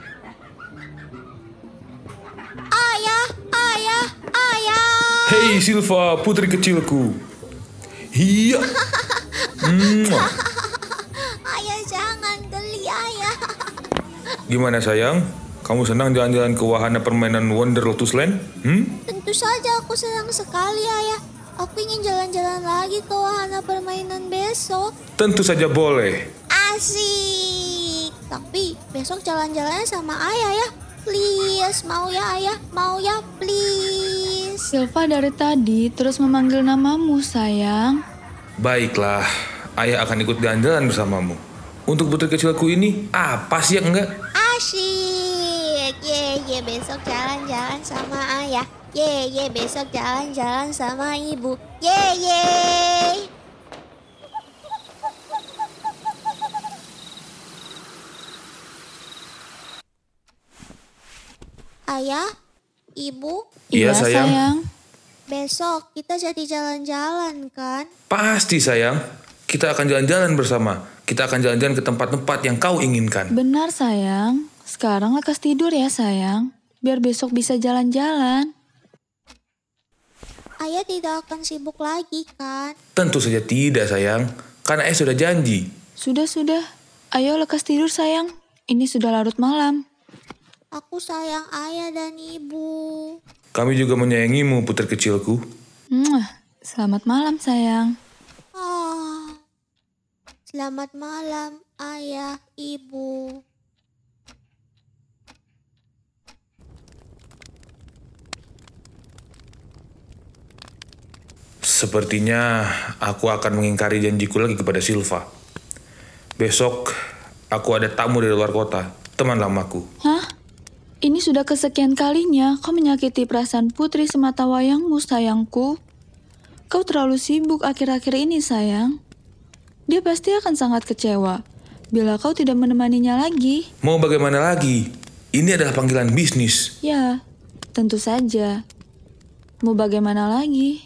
Ayah, ayah, ayah. Hei Silva, putri kecilku. Hiya. Mwah. Ayah jangan geli ayah. Gimana sayang? Kamu senang jalan-jalan ke wahana permainan Wonder Lotus Land? Tentu saja aku senang sekali ayah. Aku ingin jalan-jalan lagi ke wahana permainan besok. Tentu saja boleh. Asik. Tapi besok jalan-jalannya sama ayah ya. Please, mau ya ayah, mau ya please. Silva dari tadi terus memanggil namamu, sayang. Baiklah, ayah akan ikut jalan-jalan bersamamu. Untuk putri kecilku ini, apa sih yang enggak? Asyik. Ye, besok jalan-jalan sama ayah. Ye, besok jalan-jalan sama ibu. Ye. Ayah, ibu, Iya, sayang. besok kita jadi jalan-jalan kan? Pasti sayang. Kita akan jalan-jalan bersama. Kita akan jalan-jalan ke tempat-tempat yang kau inginkan. Benar, sayang. Sekarang lekas tidur ya, sayang. Biar besok bisa jalan-jalan. Ayah tidak akan sibuk lagi kan? Tentu saja tidak sayang. Karena ayah sudah janji. Sudah. Ayo lekas tidur, sayang. Ini sudah larut malam. Aku sayang ayah dan ibu. Kami juga menyayangimu, putri kecilku. Selamat malam, sayang. Selamat malam ayah, ibu. Sepertinya aku akan mengingkari janjiku lagi kepada Silva. Besok aku ada tamu dari luar kota, teman lamaku. Hah? Ini sudah kesekian kalinya kau menyakiti perasaan putri semata wayangmu, sayangku. Kau terlalu sibuk akhir-akhir ini, sayang. Dia pasti akan sangat kecewa bila kau tidak menemaninya lagi. Mau bagaimana lagi? Ini adalah panggilan bisnis. Ya, tentu saja. Mau bagaimana lagi?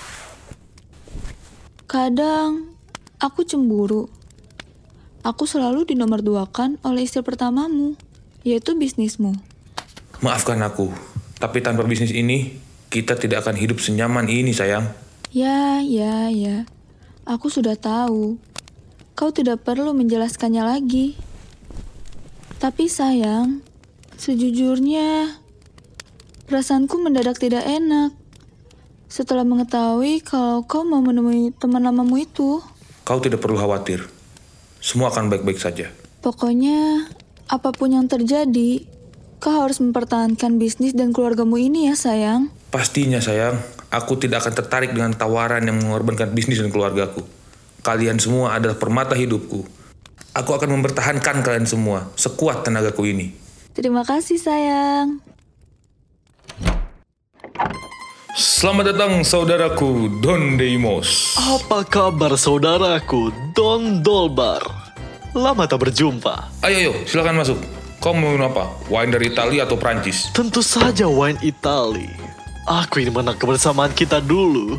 Kadang aku cemburu. Aku selalu dinomorduakan oleh istri pertamamu, yaitu bisnismu. Maafkan aku, tapi tanpa bisnis ini, kita tidak akan hidup senyaman ini, sayang. Ya. Aku sudah tahu. Kau tidak perlu menjelaskannya lagi. Tapi sayang, sejujurnya, perasaanku mendadak tidak enak. Setelah mengetahui kalau kau mau menemui teman lamamu itu. Kau tidak perlu khawatir. Semua akan baik-baik saja. Pokoknya, apapun yang terjadi, kau harus mempertahankan bisnis dan keluargamu ini ya, sayang. Pastinya, sayang. Aku tidak akan tertarik dengan tawaran yang mengorbankan bisnis dan keluargaku. Kalian semua adalah permata hidupku. Aku akan mempertahankan kalian semua sekuat tenagaku ini. Terima kasih, sayang. Selamat datang saudaraku Don Deimos. Apa kabar saudaraku Don Dolbar? Lama tak berjumpa. Ayo, silakan masuk. Kau mau minum apa? Wine dari Italia atau Prancis? Tentu saja wine Itali. Aku ingin menang kebersamaan kita dulu.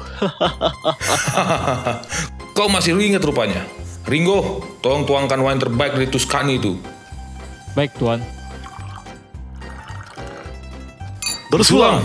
Kau masih ingat rupanya. Ringo, tolong tuangkan wine terbaik dari Tuscany itu. Baik, Tuan. Bersulang.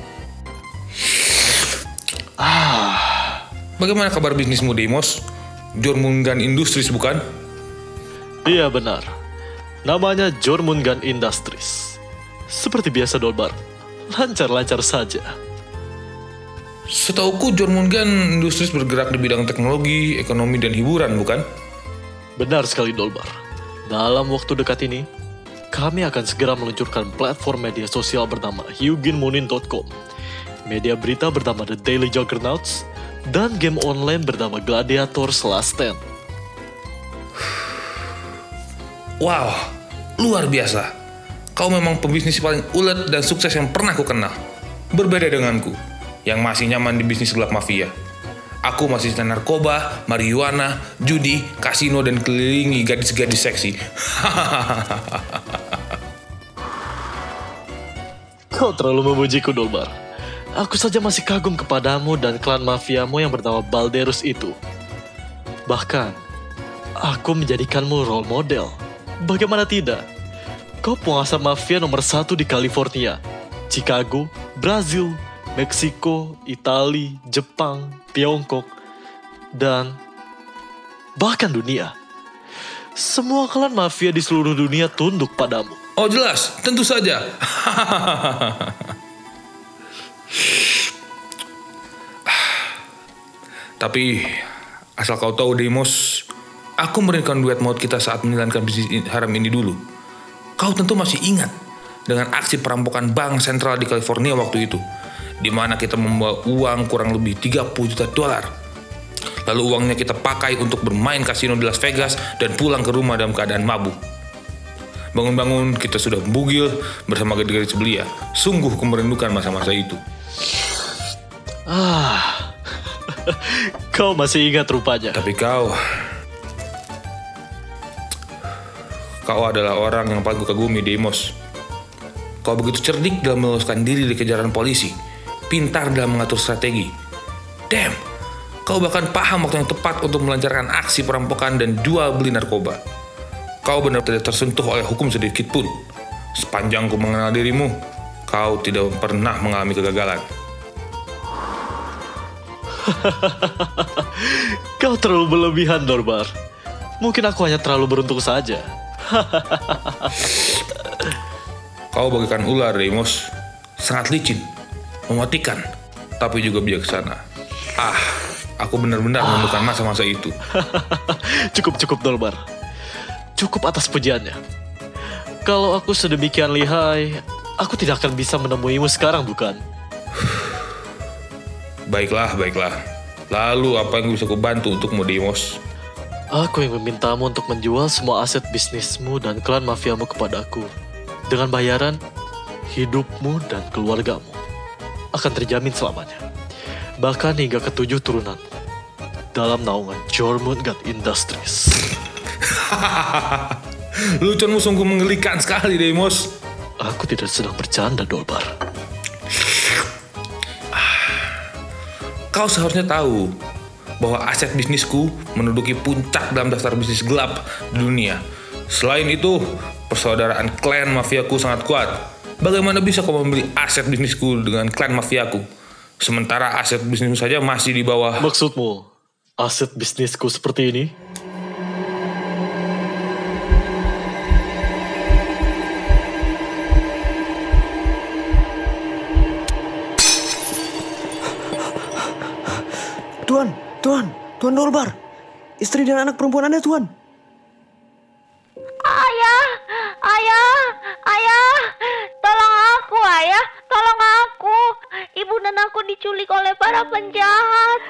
Bagaimana kabar bisnismu, Deimos? Jormungand Industries, bukan? Iya benar. Namanya Jormungand Industries. Seperti biasa Dolbar, lancar-lancar saja. Setauku Jormungand Industries bergerak di bidang teknologi, ekonomi, dan hiburan, bukan? Benar sekali Dolbar. Dalam waktu dekat ini, kami akan segera meluncurkan platform media sosial bernama eugenmunin.com, media berita bernama The Daily Juggernauts, dan game online bernama Gladiators Last Stand. Wow, luar biasa. Kau memang pembisnis paling ulet dan sukses yang pernah ku kenal. Berbeda denganku, yang masih nyaman di bisnis gelap mafia. Aku masih cinta narkoba, marijuana, judi, kasino, dan kelilingi gadis-gadis seksi. Kau terlalu memujiku, Dolbar. Aku saja masih kagum kepadamu dan klan mafiamu yang bernama Balderus itu. Bahkan, aku menjadikanmu role model. Bagaimana tidak? Kau penguasa mafia nomor 1 di California, Chicago, Brazil, Meksiko, Italia, Jepang, Tiongkok, dan bahkan dunia. Semua klan mafia di seluruh dunia tunduk padamu. Oh jelas, tentu saja. Tapi, asal kau tahu Deimos, aku merindukan duet maut kita saat menjalankan bisnis haram ini dulu. Kau tentu masih ingat dengan aksi perampokan bank sentral di California waktu itu, di mana kita membawa uang kurang lebih $30 juta. Lalu uangnya kita pakai untuk bermain kasino di Las Vegas dan pulang ke rumah dalam keadaan mabuk. Bangun-bangun kita sudah bugil bersama gadis-gadis belia. Sungguh ku merindukan masa-masa itu. Kau masih ingat rupanya. Tapi kau adalah orang yang paling kukagumi, Deimos. Kau begitu cerdik dalam meloloskan diri dari kejaran polisi, pintar dalam mengatur strategi. Damn, kau bahkan paham waktu yang tepat untuk melancarkan aksi perampokan dan jual beli narkoba. Kau benar tidak tersentuh oleh hukum sedikit pun. Sepanjang ku mengenal dirimu, kau tidak pernah mengalami kegagalan. Kau terlalu berlebihan, Dorbar. Mungkin aku hanya terlalu beruntung saja. Kau bagaikan ular, Deimos. Sangat licin, mematikan, tapi juga bijaksana. Aku benar-benar merindukan masa-masa itu. Cukup, Dorbar. Cukup atas pujiannya. Kalau aku sedemikian lihai, aku tidak akan bisa menemuimu sekarang, bukan? Baiklah. Lalu apa yang bisa kubantu untukmu, Deimos? Aku yang memintamu untuk menjual semua aset bisnismu dan klan mafiamu kepadaku. Dengan bayaran, hidupmu dan keluargamu akan terjamin selamanya. Bahkan hingga ke-7 turunanmu dalam naungan Jormungand Industries. Lucuanmu sungguh menggelikan sekali, Deimos. Aku tidak sedang bercanda, Dorbar. Kau seharusnya tahu bahwa aset bisnisku menduduki puncak dalam daftar bisnis gelap di dunia. Selain itu, persaudaraan klan mafiaku sangat kuat. Bagaimana bisa kau membeli aset bisnisku dengan klan mafiaku? Sementara aset bisnismu saja masih di bawah. Maksudmu, aset bisnisku seperti ini? Tuan Dorbar, istri dan anak perempuan Anda, Tuan. Ayah, tolong aku, Ayah, tolong aku. Ibu dan aku diculik oleh para penjahat.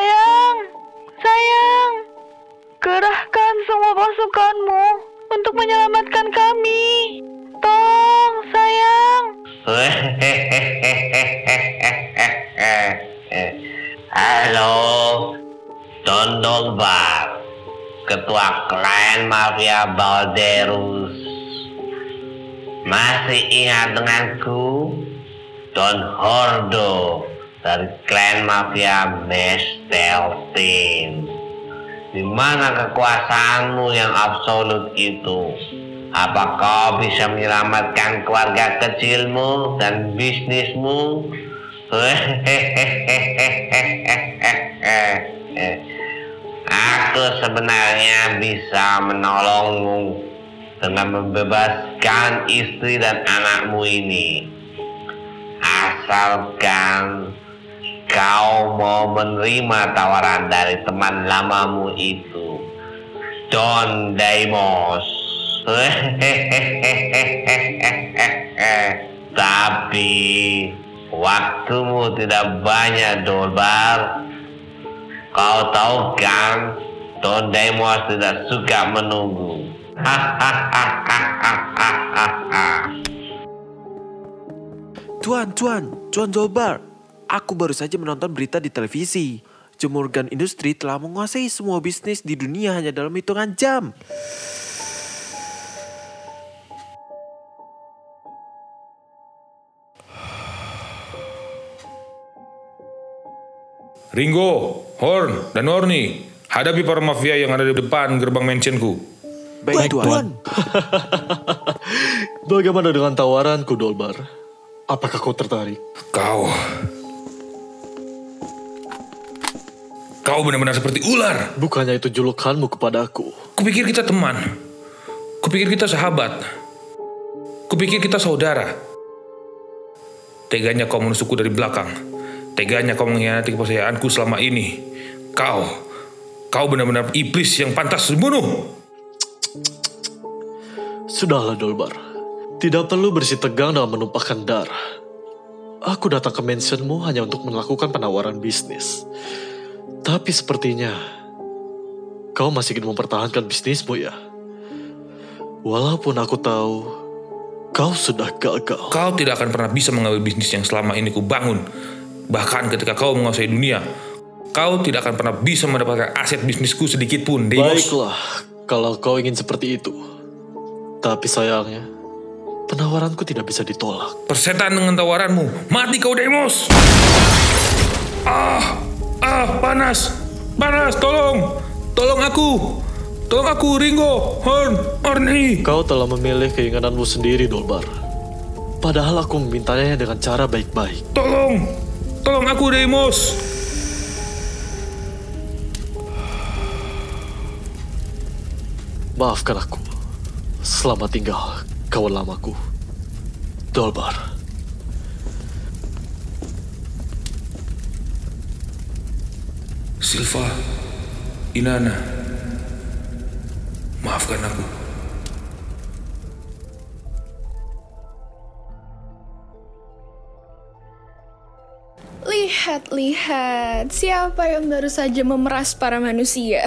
Sayang, kerahkan semua pasukanmu untuk menyelamatkan kami. Tolong, sayang. Halo, Don Dorbar, ketua klan mafia Balderus. Masih ingat denganku? Don Hordo dari klan mafia Mesteltin. Di mana kekuasaanmu yang absolut itu? Apa kau bisa menyelamatkan keluarga kecilmu dan bisnismu? Aku sebenarnya bisa menolongmu dengan membebaskan istri dan anakmu ini. Asalkan kau mau menerima tawaran dari teman lamamu itu, Don Deimos. Tapi waktumu tidak banyak, Dorbar. Kau tahu kan, Don Deimos tidak suka menunggu. Tuan Dorbar. Aku baru saja menonton berita di televisi. Jormungand Industries telah menguasai semua bisnis di dunia hanya dalam hitungan jam. Ringo, Horn, dan Orny, hadapi para mafia yang ada di depan gerbang mansionku. Baik, Tuan. Bagaimana dengan tawaranku, Dolbar? Apakah kau tertarik? Kau benar-benar seperti ular. Bukannya itu julukanmu kepadaku. Kupikir kita teman. Kupikir kita sahabat. Kupikir kita saudara. Teganya kau menusukku dari belakang. Teganya kau mengkhianati kepercayaanku selama ini. Kau benar-benar iblis yang pantas dibunuh. Sudahlah, Dolbar. Tidak perlu bersih tegang dalam menumpahkan darah. Aku datang ke mansionmu hanya untuk melakukan penawaran bisnis. Tapi sepertinya kau masih ingin mempertahankan bisnismu ya. Walaupun aku tahu kau sudah gagal. Kau tidak akan pernah bisa mengambil bisnis yang selama ini kubangun. Bahkan ketika kau menguasai dunia, kau tidak akan pernah bisa mendapatkan aset bisnisku sedikit pun, Deimos. Baiklah, kalau kau ingin seperti itu. Tapi sayangnya, penawaranku tidak bisa ditolak. Persetan dengan tawaranmu. Mati kau, Deimos. Panas, tolong aku, Ringo, Horn, Orni. Kau telah memilih keinginanmu sendiri, Dolbar. Padahal aku memintanya dengan cara baik-baik. Tolong aku, Deimos. Maafkan aku. Selamat tinggal, kawan lamaku, Dolbar. Silva, Inanna, maafkan aku. Lihat, siapa yang baru saja memeras para manusia?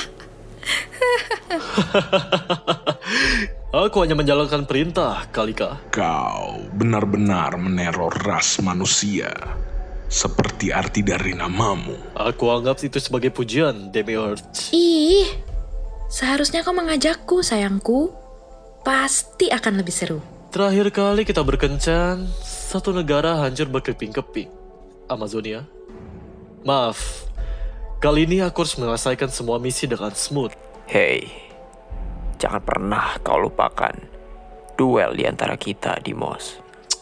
Aku hanya menjalankan perintah, Kalika. Kau benar-benar meneror ras manusia. Seperti arti dari namamu. Aku anggap itu sebagai pujian, Demi-Earth. Ih, seharusnya kau mengajakku, sayangku. Pasti akan lebih seru. Terakhir kali kita berkencan, satu negara hancur berkeping-keping. Amazonia. Maaf, kali ini aku harus menyelesaikan semua misi dengan smooth. Hei, jangan pernah kau lupakan duel di antara kita, Deimos.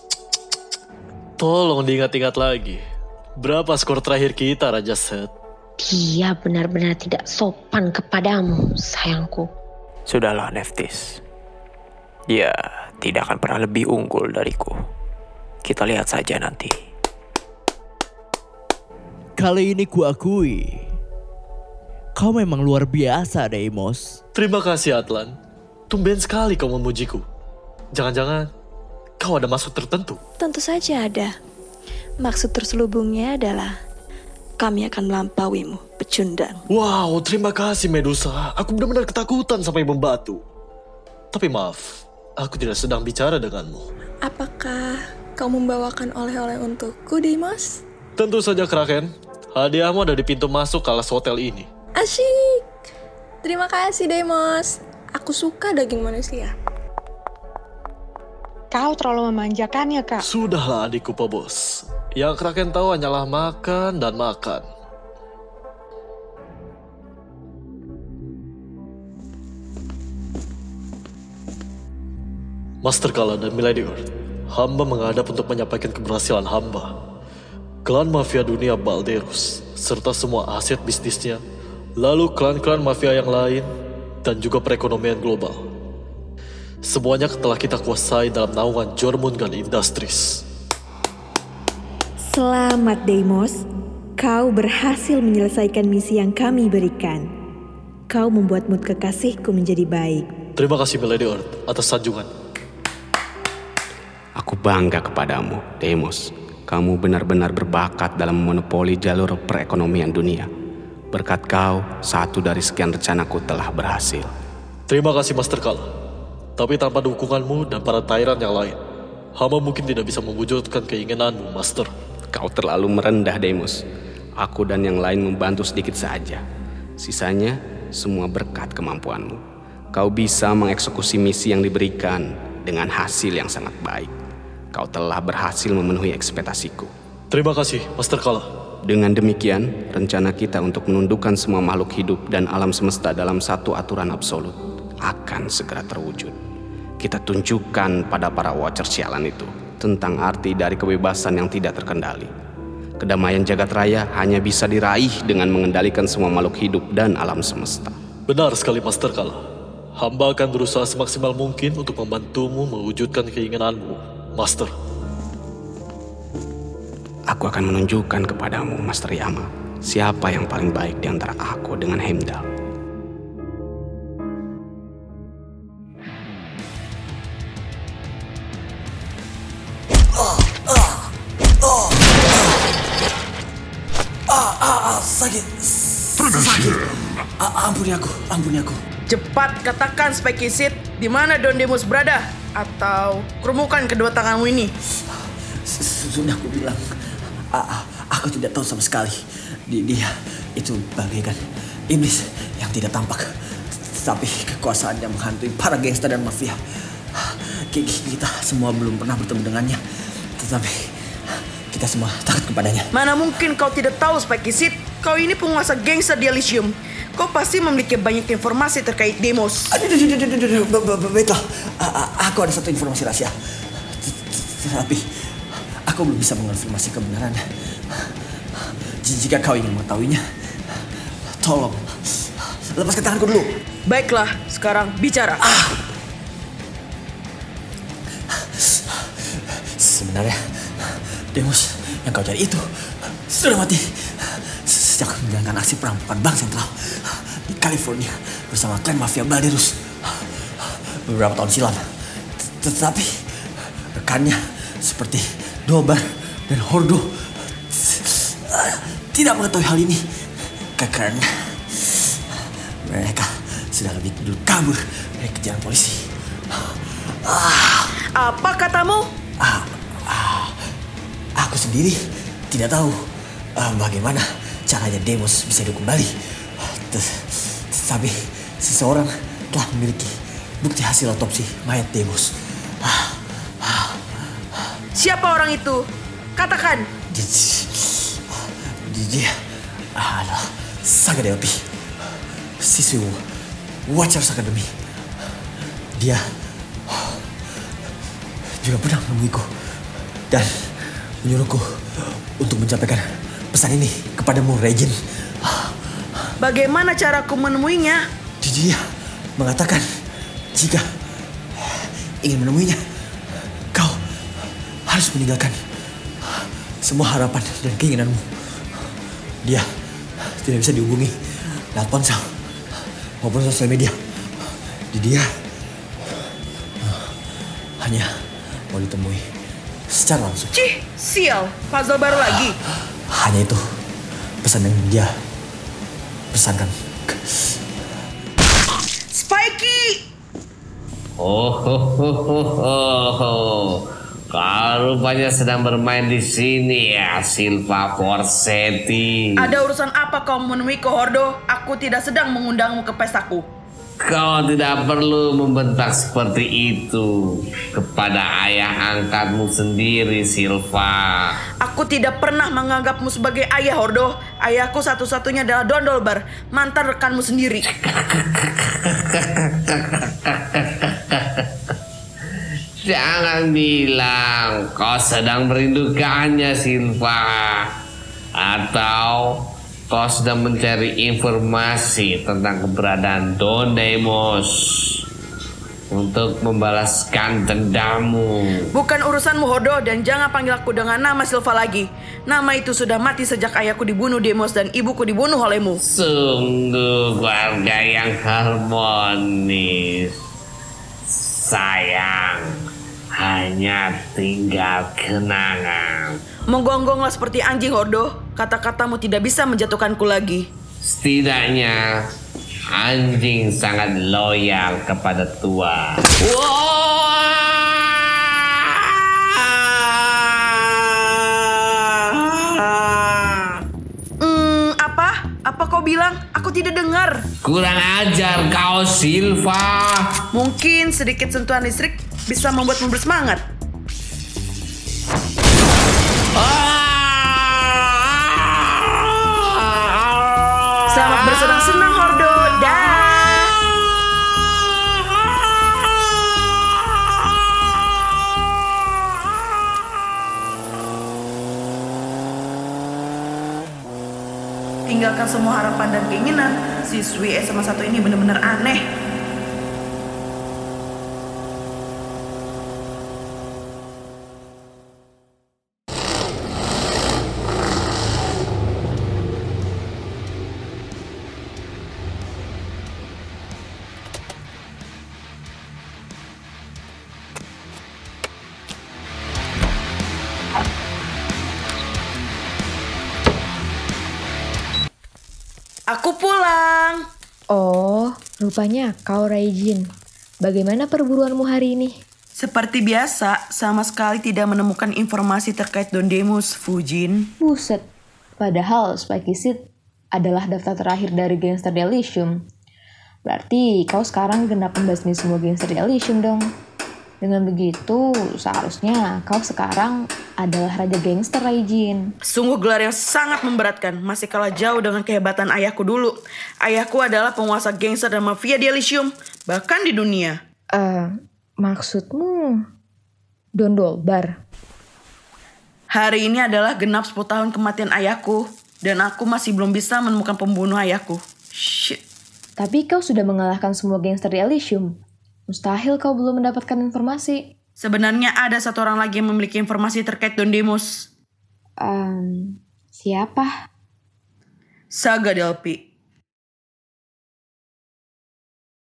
Tolong diingat-ingat lagi. Berapa skor terakhir kita, Raja Set? Dia benar-benar tidak sopan kepadamu, sayangku. Sudahlah, Nephthys. Dia tidak akan pernah lebih unggul dariku. Kita lihat saja nanti. Kali ini kuakui, kau memang luar biasa, Deimos. Terima kasih, Atlan. Tumben sekali kau memujiku. Jangan-jangan kau ada maksud tertentu? Tentu saja ada. Maksud terselubungnya adalah kami akan melampauimu, pecundang. Wow, terima kasih, Medusa. Aku benar-benar ketakutan sampai membatu. Tapi maaf, aku tidak sedang bicara denganmu. Apakah kau membawakan oleh-oleh untukku, Deimos? Tentu saja, Kraken. Hadiahmu ada di pintu masuk kelas hotel ini. Asyik. Terima kasih, Deimos. Aku suka daging manusia. Kau terlalu memanjakannya, Kak. Sudahlah, adikku Pobos. Yang Kraken tahu hanyalah makan dan makan. Master Kala dan Milady Earth, hamba menghadap untuk menyampaikan keberhasilan hamba. Klan mafia dunia Balderus, serta semua aset bisnisnya, lalu klan-klan mafia yang lain, dan juga perekonomian global. Semuanya telah kita kuasai dalam naungan Jormungand Industries. Selamat, Deimos. Kau berhasil menyelesaikan misi yang kami berikan. Kau membuat mood kekasihku menjadi baik. Terima kasih, Milady Earth, atas sanjungan. Aku bangga kepadamu, Deimos. Kamu benar-benar berbakat dalam memonopoli jalur perekonomian dunia. Berkat kau, satu dari sekian rencanaku telah berhasil. Terima kasih, Master Kala. Tapi tanpa dukunganmu dan para tyrant yang lain, hamba mungkin tidak bisa mewujudkan keinginanmu, Master. Kau terlalu merendah, Deimos. Aku dan yang lain membantu sedikit saja. Sisanya, semua berkat kemampuanmu. Kau bisa mengeksekusi misi yang diberikan dengan hasil yang sangat baik. Kau telah berhasil memenuhi ekspektasiku. Terima kasih, Master Kala. Dengan demikian, rencana kita untuk menundukkan semua makhluk hidup dan alam semesta dalam satu aturan absolut akan segera terwujud. Kita tunjukkan pada para watcher sialan itu tentang arti dari kebebasan yang tidak terkendali. Kedamaian jagat raya hanya bisa diraih dengan mengendalikan semua makhluk hidup dan alam semesta. Benar sekali Master Kala. Hamba akan berusaha semaksimal mungkin untuk membantumu mewujudkan keinginanmu, Master. Aku akan menunjukkan kepadamu, Master Yama, siapa yang paling baik di antara aku dengan Heimdall. Sakit. Ampuni aku. Cepat katakan Spikesit, di mana Don Deimos berada? Atau kerumukan kedua tanganmu ini? Sudah aku bilang, aku tidak tahu sama sekali. Dia itu bagaikan iblis yang tidak tampak, tapi kekuasaannya menghantui para gangster dan mafia. Kita semua belum pernah bertemu dengannya, tetapi kita semua takut kepadanya. Mana mungkin kau tidak tahu Spikesit? Kau ini penguasa gangster di Elysium. Kau pasti memiliki banyak informasi terkait Deimos. Baiklah, aku ada satu informasi rahasia. Tapi aku belum bisa mengonfirmasi kebenarannya. Jika kau ingin mengetahuinya, tolong lepaskan tanganku dulu. Baiklah, sekarang bicara. Sebenarnya Deimos yang kau cari itu sudah mati sejak menjalankan aksi perampokan bank sentral di California bersama klan mafia Balderus beberapa tahun silam. Tetapi rekannya seperti Dolbar dan Hordo tidak mengetahui hal ini karena mereka sudah lebih dulu kabur dari kejaran polisi. Apa katamu? Aku sendiri tidak tahu bagaimana caranya Deimos bisa hidup kembali. Tapi seseorang telah memiliki bukti hasil otopsi mayat Deimos. Siapa orang itu? Katakan. Dia adalah Saga Delphi, siswi Watchers Academy. Dia juga pernah menemuiku dan menyuruhku untuk menyampaikan pesan ini kepadamu, Regin. Bagaimana caraku menemuinya? Dia mengatakan jika ingin menemuinya, kau harus meninggalkan semua harapan dan keinginanmu. Dia tidak bisa dihubungi lewat ponsel maupun sosial media. Dia hanya mau ditemui secara langsung. Cih, sial, puzzle baru lagi. Hanya itu pesan yang dia pesankan. Spikey! Kau rupanya sedang bermain di sini ya, Silva Forsetti. Ada urusan apa kau menemuiku, Hordo? Aku tidak sedang mengundangmu ke pestaku. Kau tidak perlu membentak seperti itu kepada ayah angkatmu sendiri, Silva. Aku tidak pernah menganggapmu sebagai ayah, Hordo. Ayahku satu-satunya adalah Don Dolbar, mantan rekanmu sendiri. Jangan bilang kau sedang merindukannya, Silva. Atau kau sedang mencari informasi tentang keberadaan Don Deimos untuk membalaskan dendammu. Bukan urusanmu, Hordo, dan jangan panggil aku dengan nama Silva lagi. Nama itu sudah mati sejak ayahku dibunuh Deimos dan ibuku dibunuh olehmu. Sungguh keluarga yang harmonis. Sayang, hanya tinggal kenangan. Menggonggonglah seperti anjing, Hordo. Kata-katamu tidak bisa menjatuhkanku lagi. Setidaknya anjing sangat loyal kepada tua. Apa kau bilang? Aku tidak dengar. Kurang ajar kau, Silva. Mungkin sedikit sentuhan listrik bisa membuatmu bersemangat. Selamat bersenang-senang, Hordo. Dah. meninggalkan semua harapan dan keinginan. Siswi SMA 1 ini benar-benar aneh. Aku pulang. Oh, rupanya kau Raijin. Bagaimana perburuanmu hari ini? Seperti biasa, sama sekali tidak menemukan informasi terkait Don Demus, Fujin. Buset. Padahal Spiky Seed adalah daftar terakhir dari gangster di Elysium. Berarti kau sekarang genap membasmi semua gangster di Elysium dong. Dengan begitu, seharusnya kau sekarang adalah raja gangster, Raijin. Sungguh gelar yang sangat memberatkan. Masih kalah jauh dengan kehebatan ayahku dulu. Ayahku adalah penguasa gangster dan mafia di Elysium, bahkan di dunia. Maksudmu Don Dolbar? Hari ini adalah genap 10 tahun kematian ayahku, dan aku masih belum bisa menemukan pembunuh ayahku. Shit. Tapi kau sudah mengalahkan semua gangster di Elysium. Mustahil kau belum mendapatkan informasi. Sebenarnya ada satu orang lagi yang memiliki informasi terkait Don Demus. Siapa? Saga Delphi.